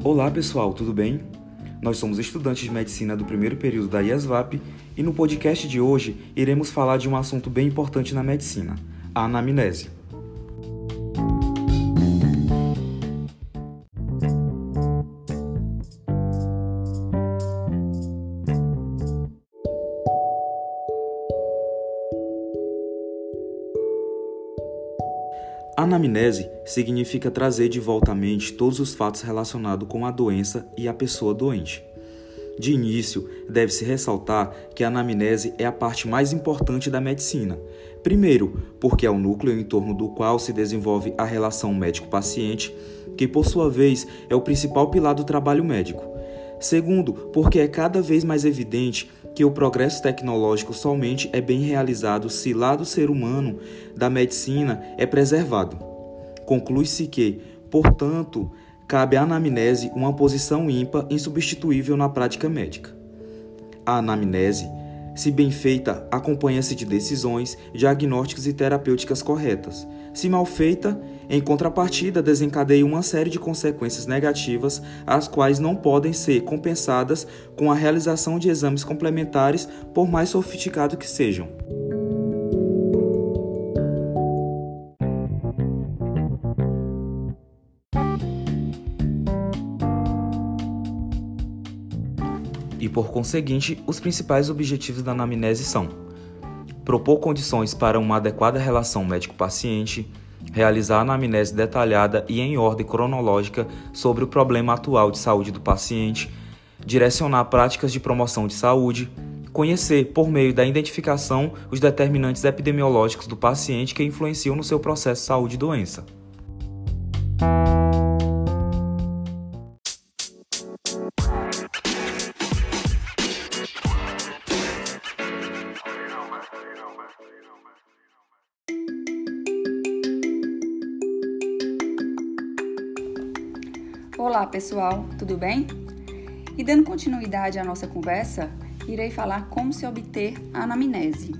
Olá pessoal, tudo bem? Nós somos estudantes de medicina do primeiro período da IESVAP e no podcast de hoje iremos falar de um assunto bem importante na medicina, a anamnese. A anamnese significa trazer de volta à mente todos os fatos relacionados com a doença e a pessoa doente. De início, deve-se ressaltar que a anamnese é a parte mais importante da medicina. Primeiro, porque é o núcleo em torno do qual se desenvolve a relação médico-paciente, que por sua vez é o principal pilar do trabalho médico. Segundo, porque é cada vez mais evidente que o progresso tecnológico somente é bem realizado se lá do ser humano, da medicina, é preservado. Conclui-se que, portanto, cabe à anamnese uma posição ímpar insubstituível na prática médica. A anamnese, se bem feita, acompanha-se de decisões, diagnósticos e terapêuticas corretas. Se mal feita, em contrapartida, desencadeia uma série de consequências negativas, as quais não podem ser compensadas com a realização de exames complementares, por mais sofisticados que sejam. E, por conseguinte, os principais objetivos da anamnese são: propor condições para uma adequada relação médico-paciente, realizar a anamnese detalhada e em ordem cronológica sobre o problema atual de saúde do paciente, direcionar práticas de promoção de saúde, conhecer, por meio da identificação, os determinantes epidemiológicos do paciente que influenciam no seu processo de saúde e doença. Olá pessoal, tudo bem? E dando continuidade à nossa conversa, irei falar como se obter a anamnese.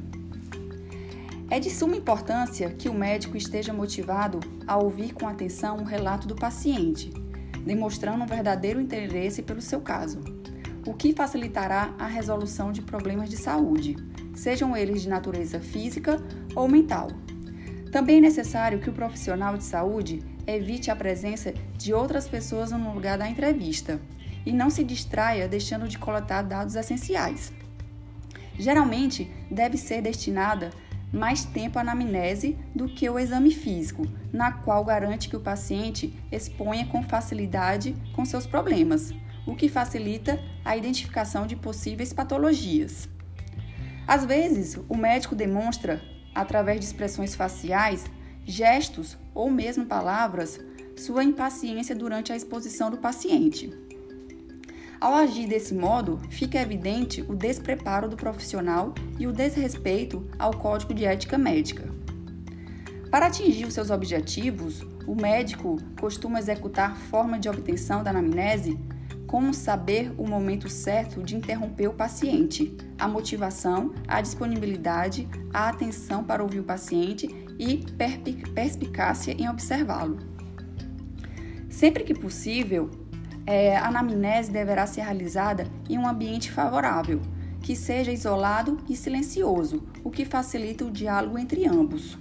É de suma importância que o médico esteja motivado a ouvir com atenção o relato do paciente, demonstrando um verdadeiro interesse pelo seu caso, o que facilitará a resolução de problemas de saúde, sejam eles de natureza física ou mental. Também é necessário que o profissional de saúde evite a presença de outras pessoas no lugar da entrevista e não se distraia deixando de coletar dados essenciais. Geralmente, deve ser destinada mais tempo à anamnese do que o exame físico, na qual garante que o paciente exponha com facilidade com seus problemas, o que facilita a identificação de possíveis patologias. Às vezes, o médico demonstra, através de expressões faciais, gestos ou mesmo palavras, sua impaciência durante a exposição do paciente. Ao agir desse modo, fica evidente o despreparo do profissional e o desrespeito ao Código de Ética Médica. Para atingir os seus objetivos, o médico costuma executar forma de obtenção da anamnese como saber o momento certo de interromper o paciente, a motivação, a disponibilidade, a atenção para ouvir o paciente e perspicácia em observá-lo. Sempre que possível, a anamnese deverá ser realizada em um ambiente favorável, que seja isolado e silencioso, o que facilita o diálogo entre ambos.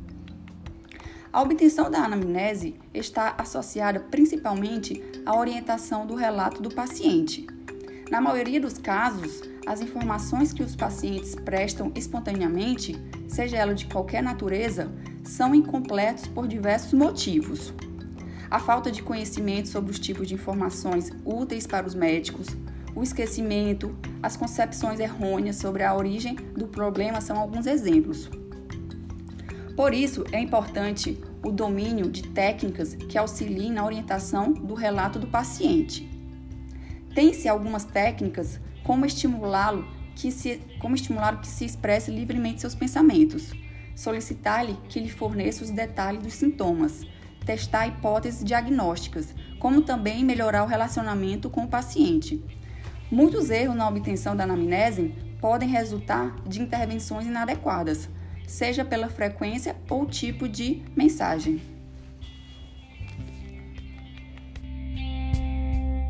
A obtenção da anamnese está associada principalmente à orientação do relato do paciente. Na maioria dos casos, as informações que os pacientes prestam espontaneamente, seja ela de qualquer natureza, são incompletos por diversos motivos. A falta de conhecimento sobre os tipos de informações úteis para os médicos, o esquecimento, as concepções errôneas sobre a origem do problema são alguns exemplos. Por isso, é importante o domínio de técnicas que auxiliem na orientação do relato do paciente. Tem-se algumas técnicas como estimular que se expresse livremente seus pensamentos, solicitar-lhe que lhe forneça os detalhes dos sintomas, testar hipóteses diagnósticas, como também melhorar o relacionamento com o paciente. Muitos erros na obtenção da anamnese podem resultar de intervenções inadequadas, seja pela frequência ou tipo de mensagem.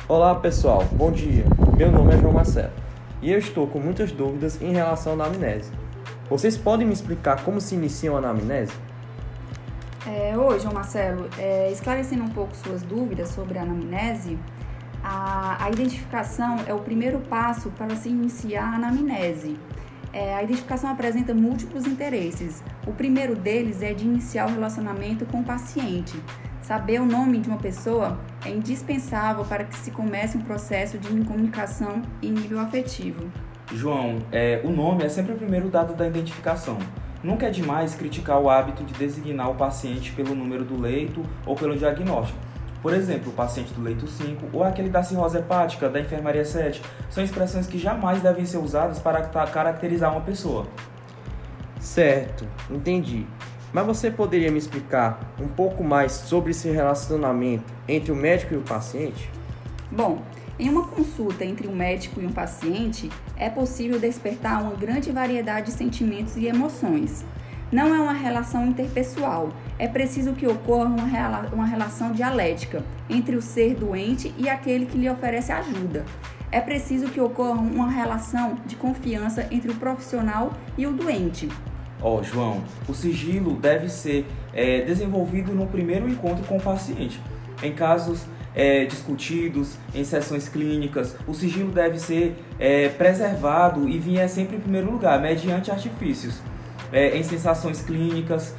Olá pessoal, bom dia. Meu nome é João Marcelo e eu estou com muitas dúvidas em relação à anamnese. Vocês podem me explicar como se inicia uma anamnese? Oi, João Marcelo. Esclarecendo um pouco suas dúvidas sobre a anamnese, a identificação é o primeiro passo para se iniciar a anamnese. A identificação apresenta múltiplos interesses. O primeiro deles é de iniciar o relacionamento com o paciente. Saber o nome de uma pessoa é indispensável para que se comece um processo de comunicação em nível afetivo. João, o nome é sempre o primeiro dado da identificação. Nunca é demais criticar o hábito de designar o paciente pelo número do leito ou pelo diagnóstico. Por exemplo, o paciente do leito 5 ou aquele da cirrose hepática, da enfermaria 7, são expressões que jamais devem ser usadas para caracterizar uma pessoa. Certo, entendi. Mas você poderia me explicar um pouco mais sobre esse relacionamento entre o médico e o paciente? Bom, em uma consulta entre um médico e um paciente, é possível despertar uma grande variedade de sentimentos e emoções. Não é uma relação interpessoal, é preciso que ocorra uma relação dialética entre o ser doente e aquele que lhe oferece ajuda. É preciso que ocorra uma relação de confiança entre o profissional e o doente. João, o sigilo deve ser desenvolvido no primeiro encontro com o paciente. Em casos discutidos, em sessões clínicas, o sigilo deve ser preservado e vir sempre em primeiro lugar, mediante artifícios. Em sensações clínicas,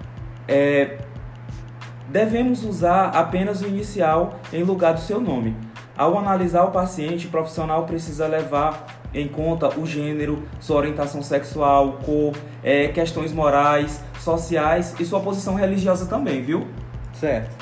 devemos usar apenas o inicial em lugar do seu nome. Ao analisar o paciente, o profissional precisa levar em conta o gênero, sua orientação sexual, cor, questões morais, sociais e sua posição religiosa também, viu? Certo.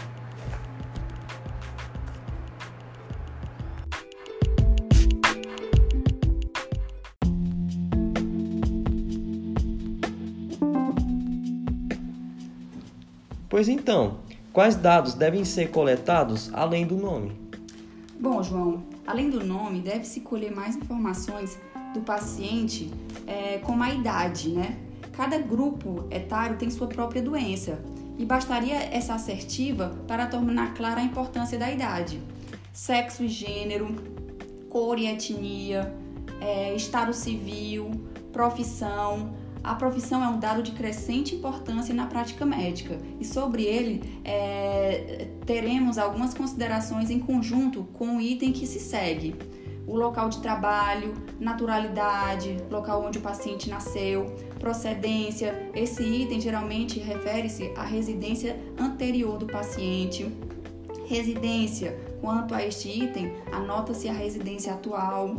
Pois então, quais dados devem ser coletados além do nome? Bom, João, além do nome, deve-se colher mais informações do paciente, como a idade, né? Cada grupo etário tem sua própria doença e bastaria essa assertiva para tornar clara a importância da idade. Sexo e gênero, cor e etnia, estado civil, profissão. A profissão é um dado de crescente importância na prática médica e sobre ele teremos algumas considerações em conjunto com o item que se segue. O local de trabalho, naturalidade, local onde o paciente nasceu, procedência. Esse item geralmente refere-se à residência anterior do paciente. Residência, quanto a este item, anota-se a residência atual.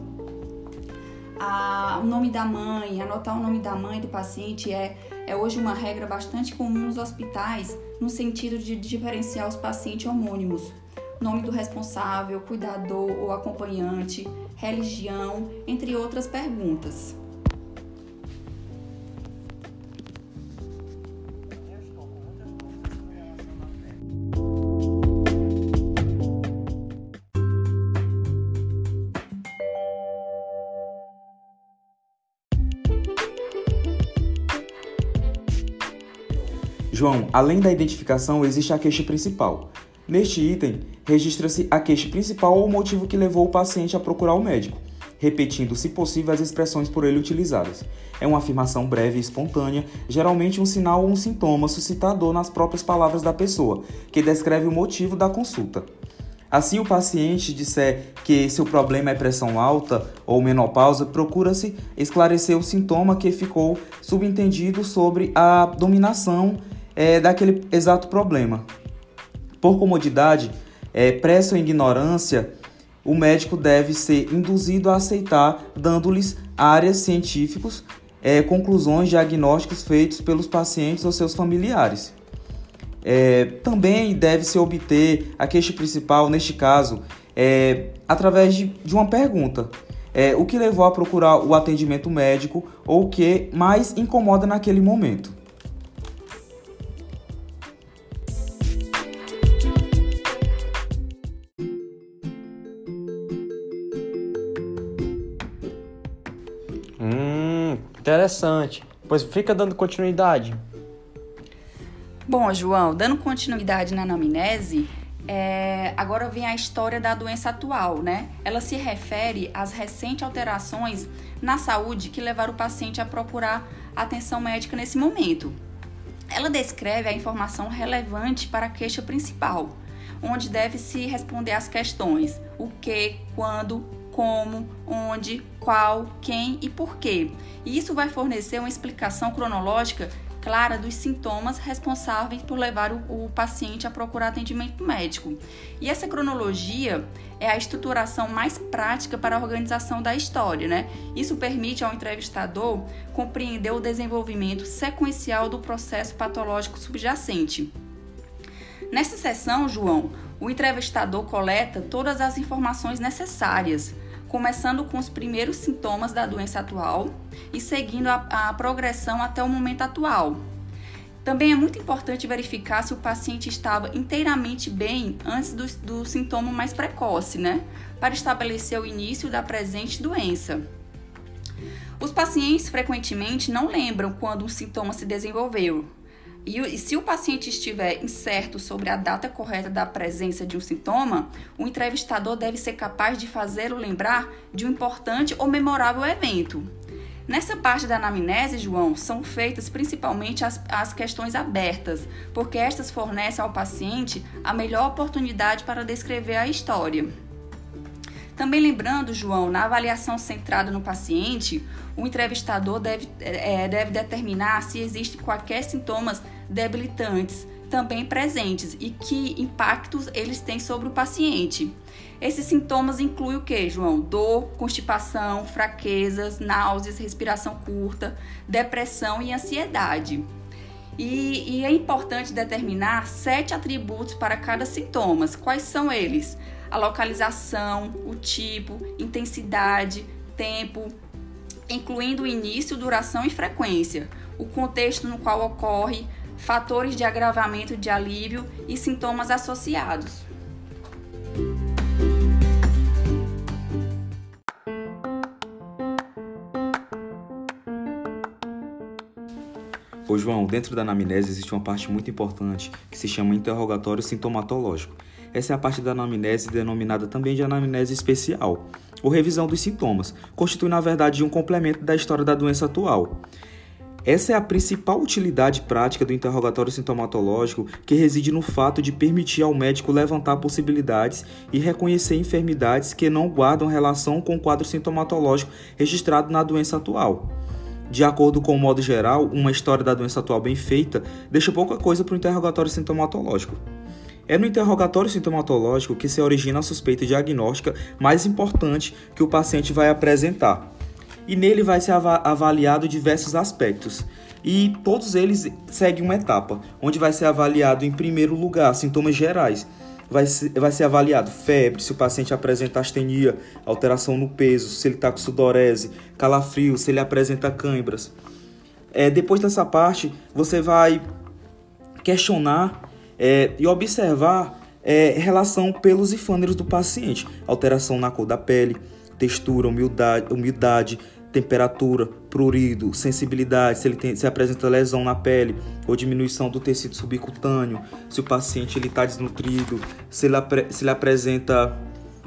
O nome da mãe, anotar o nome da mãe do paciente é hoje uma regra bastante comum nos hospitais, no sentido de diferenciar os pacientes homônimos. Nome do responsável, cuidador ou acompanhante, religião, entre outras perguntas. João, além da identificação, existe a queixa principal. Neste item, registra-se a queixa principal ou o motivo que levou o paciente a procurar o médico, repetindo, se possível, as expressões por ele utilizadas. É uma afirmação breve e espontânea, geralmente um sinal ou um sintoma suscitador nas próprias palavras da pessoa, que descreve o motivo da consulta. Assim, o paciente disser que seu problema é pressão alta ou menopausa, procura-se esclarecer o sintoma que ficou subentendido sobre a dominação daquele exato problema. Por comodidade, pressa ou ignorância, o médico deve ser induzido a aceitar, dando-lhes áreas científicas, conclusões, diagnósticos feitos pelos pacientes ou seus familiares. Também deve-se obter a queixa principal, neste caso, através de uma pergunta. O que levou a procurar o atendimento médico ou o que mais incomoda naquele momento. Interessante. Pois fica dando continuidade. Bom, João, dando continuidade na anamnese, Agora vem a história da doença atual, né? Ela se refere às recentes alterações na saúde que levaram o paciente a procurar atenção médica nesse momento. Ela descreve a informação relevante para a queixa principal, onde deve-se responder às questões: o que, quando, como, onde, qual, quem e por quê. E isso vai fornecer uma explicação cronológica clara dos sintomas responsáveis por levar o paciente a procurar atendimento médico. E essa cronologia é a estruturação mais prática para a organização da história, né? Isso permite ao entrevistador compreender o desenvolvimento sequencial do processo patológico subjacente. Nessa sessão, João, o entrevistador coleta todas as informações necessárias, começando com os primeiros sintomas da doença atual e seguindo a progressão até o momento atual. Também é muito importante verificar se o paciente estava inteiramente bem antes do sintoma mais precoce, né? Para estabelecer o início da presente doença. Os pacientes frequentemente não lembram quando um sintoma se desenvolveu. E se o paciente estiver incerto sobre a data correta da presença de um sintoma, o entrevistador deve ser capaz de fazê-lo lembrar de um importante ou memorável evento. Nessa parte da anamnese, João, são feitas principalmente as questões abertas, porque estas fornecem ao paciente a melhor oportunidade para descrever a história. Também lembrando, João, na avaliação centrada no paciente, o entrevistador deve determinar se existem quaisquer sintomas debilitantes também presentes e que impactos eles têm sobre o paciente. Esses sintomas incluem o que, João? Dor, constipação, fraquezas, náuseas, respiração curta, depressão e ansiedade. E é importante determinar 7 atributos para cada sintoma. Quais são eles? A localização, o tipo, intensidade, tempo, incluindo o início, duração e frequência, o contexto no qual ocorre, fatores de agravamento de alívio e sintomas associados. Ô João, dentro da anamnese existe uma parte muito importante que se chama interrogatório sintomatológico. Essa é a parte da anamnese denominada também de anamnese especial, ou revisão dos sintomas, constitui na verdade um complemento da história da doença atual. Essa é a principal utilidade prática do interrogatório sintomatológico, que reside no fato de permitir ao médico levantar possibilidades e reconhecer enfermidades que não guardam relação com o quadro sintomatológico registrado na doença atual. De acordo com o modo geral, uma história da doença atual bem feita deixa pouca coisa para o interrogatório sintomatológico. É no interrogatório sintomatológico que se origina a suspeita diagnóstica mais importante que o paciente vai apresentar. E nele vai ser avaliado diversos aspectos. E todos eles seguem uma etapa, onde vai ser avaliado em primeiro lugar sintomas gerais. Vai ser avaliado febre, se o paciente apresenta astenia, alteração no peso, se ele está com sudorese, calafrio, se ele apresenta cãibras. Depois dessa parte, você vai questionar e observar relação pelos e fâneros do paciente, alteração na cor da pele, textura, umidade, temperatura, prurido, sensibilidade, se apresenta lesão na pele ou diminuição do tecido subcutâneo, se o paciente está desnutrido, se ele apresenta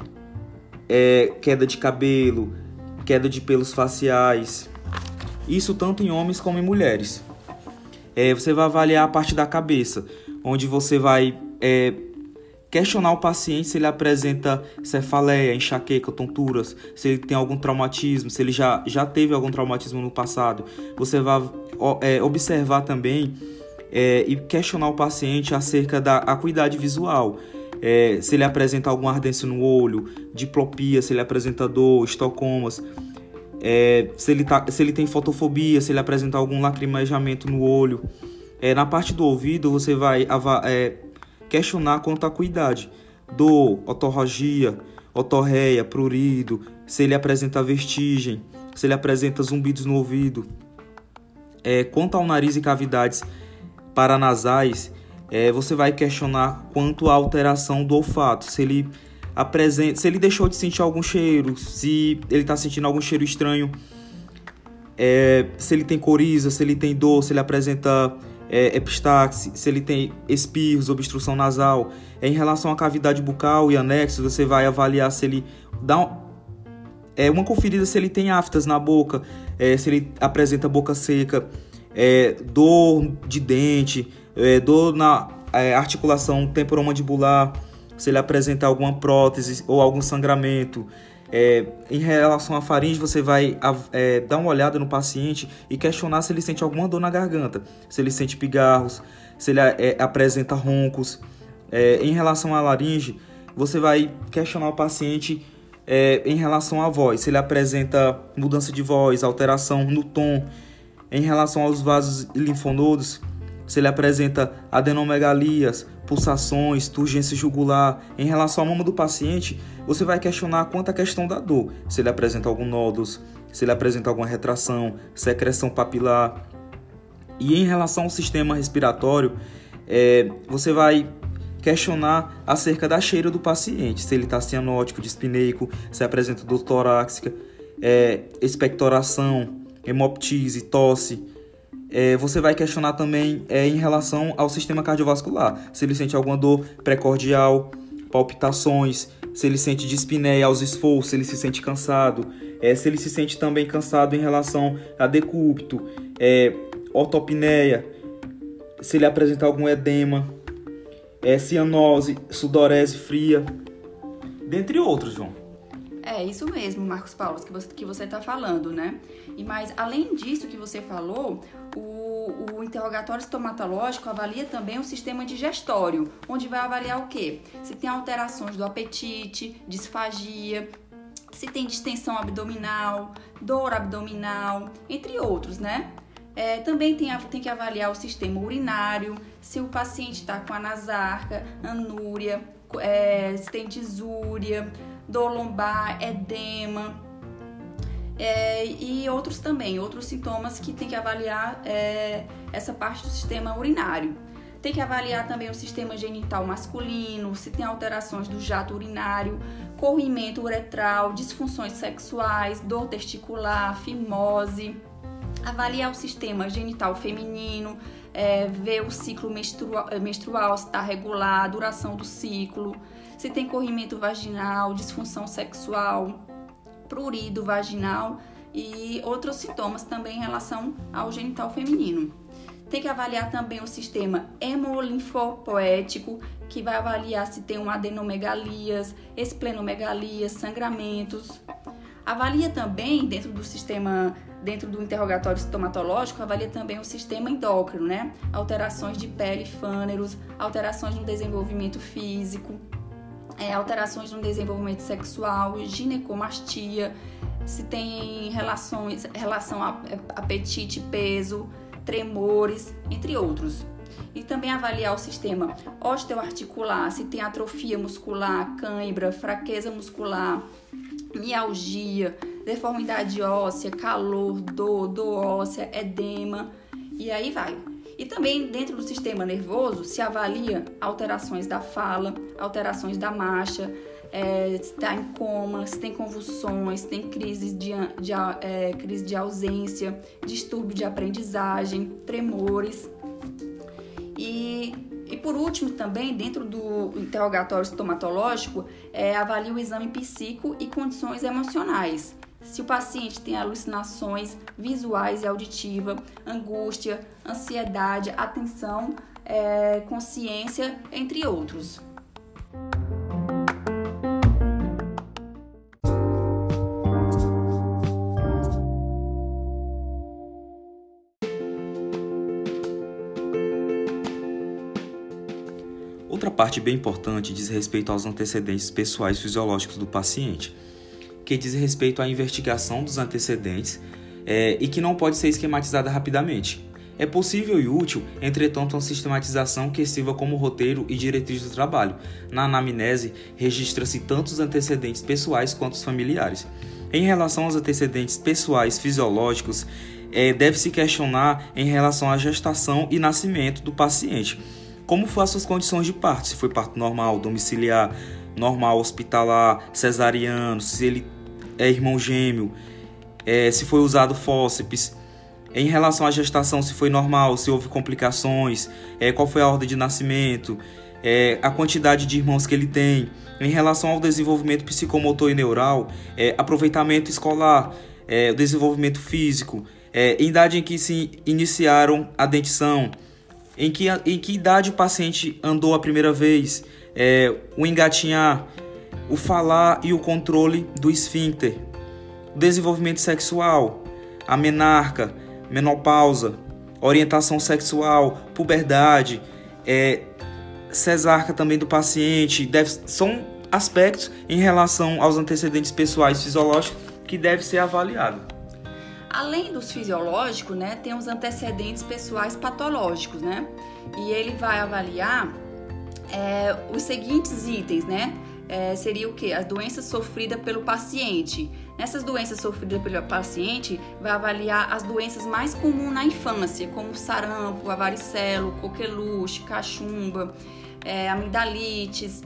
queda de cabelo, queda de pelos faciais. Isso tanto em homens como em mulheres. Você vai avaliar a parte da cabeça, onde você vai questionar o paciente se ele apresenta cefaleia, enxaqueca, tonturas, se ele tem algum traumatismo, se ele já teve algum traumatismo no passado. Você vai observar também e questionar o paciente acerca da acuidade visual, se ele apresenta alguma ardência no olho, diplopia, se ele apresenta dor, estocomas, se ele tem fotofobia, se ele apresenta algum lacrimejamento no olho. Na parte do ouvido, você vai questionar quanto à acuidade, dor, otorragia, otorreia, prurido, se ele apresenta vertigem, se ele apresenta zumbidos no ouvido. Quanto ao nariz e cavidades paranasais, você vai questionar quanto à alteração do olfato, se ele deixou de sentir algum cheiro, se ele está sentindo algum cheiro estranho, se ele tem coriza, se ele tem dor, se ele apresenta epistaxe, se ele tem espirros, obstrução nasal. Em relação à cavidade bucal e anexos, você vai avaliar se ele dá uma conferida se ele tem aftas na boca, se ele apresenta boca seca, dor de dente, dor na articulação temporomandibular, se ele apresenta alguma prótese ou algum sangramento. Em relação à faringe, você vai dar uma olhada no paciente e questionar se ele sente alguma dor na garganta, se ele sente pigarros, se ele apresenta roncos. Em relação à laringe, você vai questionar o paciente em relação à voz, se ele apresenta mudança de voz, alteração no tom. Em relação aos vasos linfonodos, se ele apresenta adenomegalias, pulsações, turgência jugular. Em relação à mama do paciente, você vai questionar quanto à questão da dor, se ele apresenta algum nódulos, se ele apresenta alguma retração, secreção papilar. E em relação ao sistema respiratório, você vai questionar acerca da cheira do paciente, se ele está cianótico, dispneico, se apresenta dor torácica, expectoração, hemoptise, tosse. Você vai questionar também em relação ao sistema cardiovascular, se ele sente alguma dor precordial, palpitações, se ele sente dispneia aos esforços, se ele se sente cansado, se ele se sente também cansado em relação a decúbito, ortopneia, se ele apresenta algum edema, cianose, sudorese fria, dentre outros, João. É isso mesmo, Marcos Paulo, que você está falando, né? Mas além disso que você falou, o interrogatório estomatológico avalia também o sistema digestório, onde vai avaliar o quê? Se tem alterações do apetite, disfagia, se tem distensão abdominal, dor abdominal, entre outros, né? Também tem que avaliar o sistema urinário, se o paciente está com anasarca, anúria, se tem disúria, dor lombar, edema, e outros sintomas que tem que avaliar essa parte do sistema urinário. Tem que avaliar também o sistema genital masculino, se tem alterações do jato urinário, corrimento uretral, disfunções sexuais, dor testicular, fimose. Avaliar o sistema genital feminino, ver o ciclo menstrual, se está regular, a duração do ciclo, se tem corrimento vaginal, disfunção sexual, prurido vaginal e outros sintomas também em relação ao genital feminino. Tem que avaliar também o sistema hemolinfopoético, que vai avaliar se tem adenomegalias, esplenomegalias, sangramentos. Avalia também, dentro do interrogatório estomatológico, avalia também o sistema endócrino, né? Alterações de pele, fâneros, alterações no desenvolvimento físico, alterações no desenvolvimento sexual, ginecomastia, se tem relação a apetite, peso, tremores, entre outros. E também avaliar o sistema osteoarticular, se tem atrofia muscular, cãibra, fraqueza muscular, mialgia, deformidade óssea, calor, dor óssea, edema, e aí vai. E também dentro do sistema nervoso se avalia alterações da fala, alterações da marcha, se está em coma, se tem convulsões, se tem crise de ausência, distúrbio de aprendizagem, tremores. E por último também, dentro do interrogatório estomatológico, avalia o exame psíquico e condições emocionais. Se o paciente tem alucinações visuais e auditivas, angústia, ansiedade, atenção, consciência, entre outros. Outra parte bem importante diz respeito aos antecedentes pessoais fisiológicos do paciente, que diz respeito à investigação dos antecedentes e que não pode ser esquematizada rapidamente. É possível e útil, entretanto, uma sistematização que sirva como roteiro e diretriz do trabalho. Na anamnese, registra-se tanto os antecedentes pessoais quanto os familiares. Em relação aos antecedentes pessoais fisiológicos, deve-se questionar em relação à gestação e nascimento do paciente. Como foram as suas condições de parto? Se foi parto normal, domiciliar, normal, hospitalar, cesariano, se ele é irmão gêmeo, se foi usado fórceps, Em relação à gestação, se foi normal, se houve complicações, qual foi a ordem de nascimento, a quantidade de irmãos que ele tem. Em relação ao desenvolvimento psicomotor e neural, aproveitamento escolar, o desenvolvimento físico, idade em que se iniciaram a dentição, em que idade o paciente andou a primeira vez, o engatinhar, o falar e o controle do esfíncter, o desenvolvimento sexual, a menarca, menopausa, orientação sexual, puberdade, cesarca também do paciente, são aspectos em relação aos antecedentes pessoais fisiológicos que deve ser avaliado. Além dos fisiológicos, né, tem os antecedentes pessoais patológicos, né? E ele vai avaliar os seguintes itens, né? Seria o quê? As doenças sofridas pelo paciente. Nessas doenças sofridas pelo paciente, vai avaliar as doenças mais comuns na infância, como sarampo, a varicela, coqueluche, cachumba, amigdalites.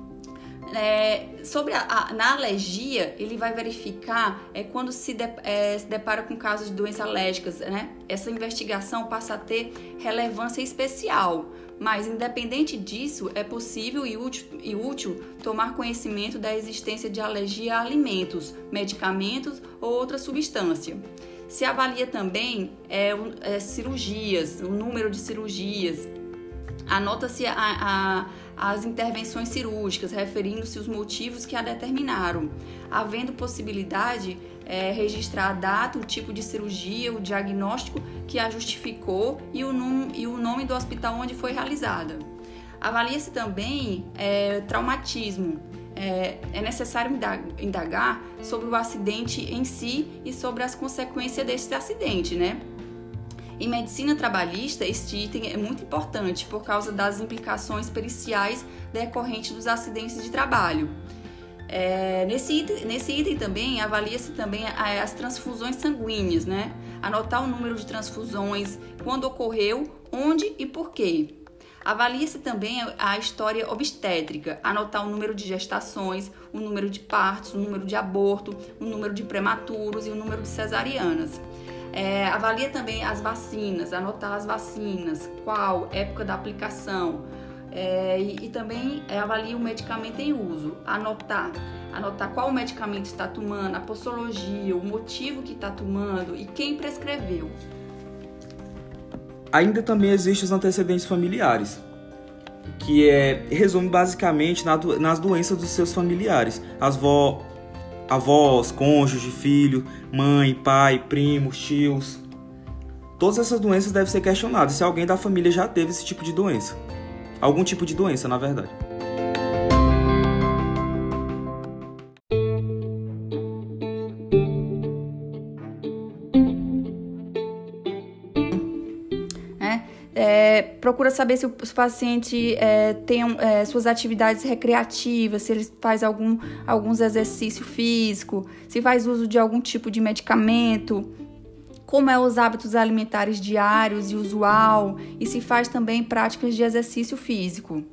Na alergia, ele vai verificar quando se depara com casos de doenças alérgicas, né? Essa investigação passa a ter relevância especial, mas independente disso, é possível e útil tomar conhecimento da existência de alergia a alimentos, medicamentos ou outra substância. Se avalia também cirurgias, o número de cirurgias. Anota-se as intervenções cirúrgicas, referindo-se os motivos que a determinaram. Havendo possibilidade, registrar a data, o tipo de cirurgia, o diagnóstico que a justificou e o nome do hospital onde foi realizada. Avalia-se também traumatismo. É necessário indagar sobre o acidente em si e sobre as consequências desse acidente, né? Em medicina trabalhista, este item é muito importante por causa das implicações periciais decorrentes dos acidentes de trabalho. Nesse item também avalia-se também as transfusões sanguíneas, né? Anotar o número de transfusões, quando ocorreu, onde e por quê. Avalia-se também a história obstétrica, anotar o número de gestações, o número de partos, o número de aborto, o número de prematuros e o número de cesarianas. Avalia também as vacinas, anotar as vacinas, qual, época da aplicação, e também avalia o medicamento em uso, anotar qual medicamento está tomando, a posologia, o motivo que está tomando e quem prescreveu. Ainda também existem os antecedentes familiares, que resume basicamente nas doenças dos seus familiares, avós, cônjuge, filho, mãe, pai, primos, tios. Todas essas doenças devem ser questionadas se alguém da família já teve esse tipo de doença. Algum tipo de doença, na verdade. Procura saber se o paciente tem suas atividades recreativas, se ele faz alguns exercícios físicos, se faz uso de algum tipo de medicamento, como os hábitos alimentares diários e usual, e se faz também práticas de exercício físico.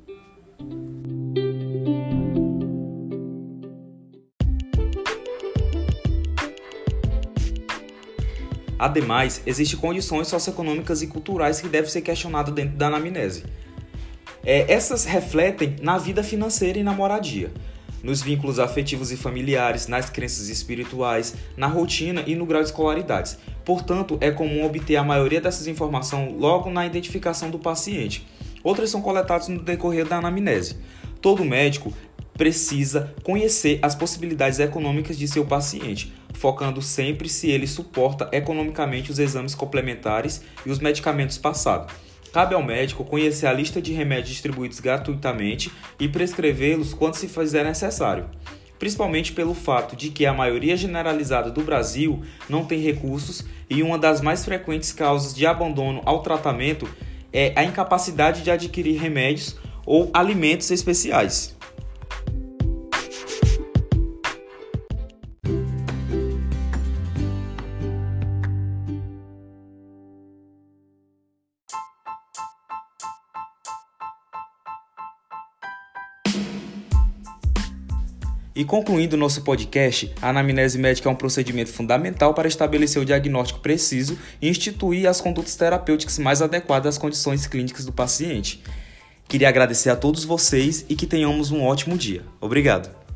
Ademais, existem condições socioeconômicas e culturais que devem ser questionadas dentro da anamnese. Essas refletem na vida financeira e na moradia, nos vínculos afetivos e familiares, nas crenças espirituais, na rotina e no grau de escolaridades. Portanto, é comum obter a maioria dessas informações logo na identificação do paciente. Outras são coletadas no decorrer da anamnese. Todo médico precisa conhecer as possibilidades econômicas de seu paciente, focando sempre se ele suporta economicamente os exames complementares e os medicamentos passados. Cabe ao médico conhecer a lista de remédios distribuídos gratuitamente e prescrevê-los quando se fizer necessário, principalmente pelo fato de que a maioria generalizada do Brasil não tem recursos e uma das mais frequentes causas de abandono ao tratamento é a incapacidade de adquirir remédios ou alimentos especiais. E concluindo o nosso podcast, a anamnese médica é um procedimento fundamental para estabelecer o diagnóstico preciso e instituir as condutas terapêuticas mais adequadas às condições clínicas do paciente. Queria agradecer a todos vocês e que tenhamos um ótimo dia. Obrigado!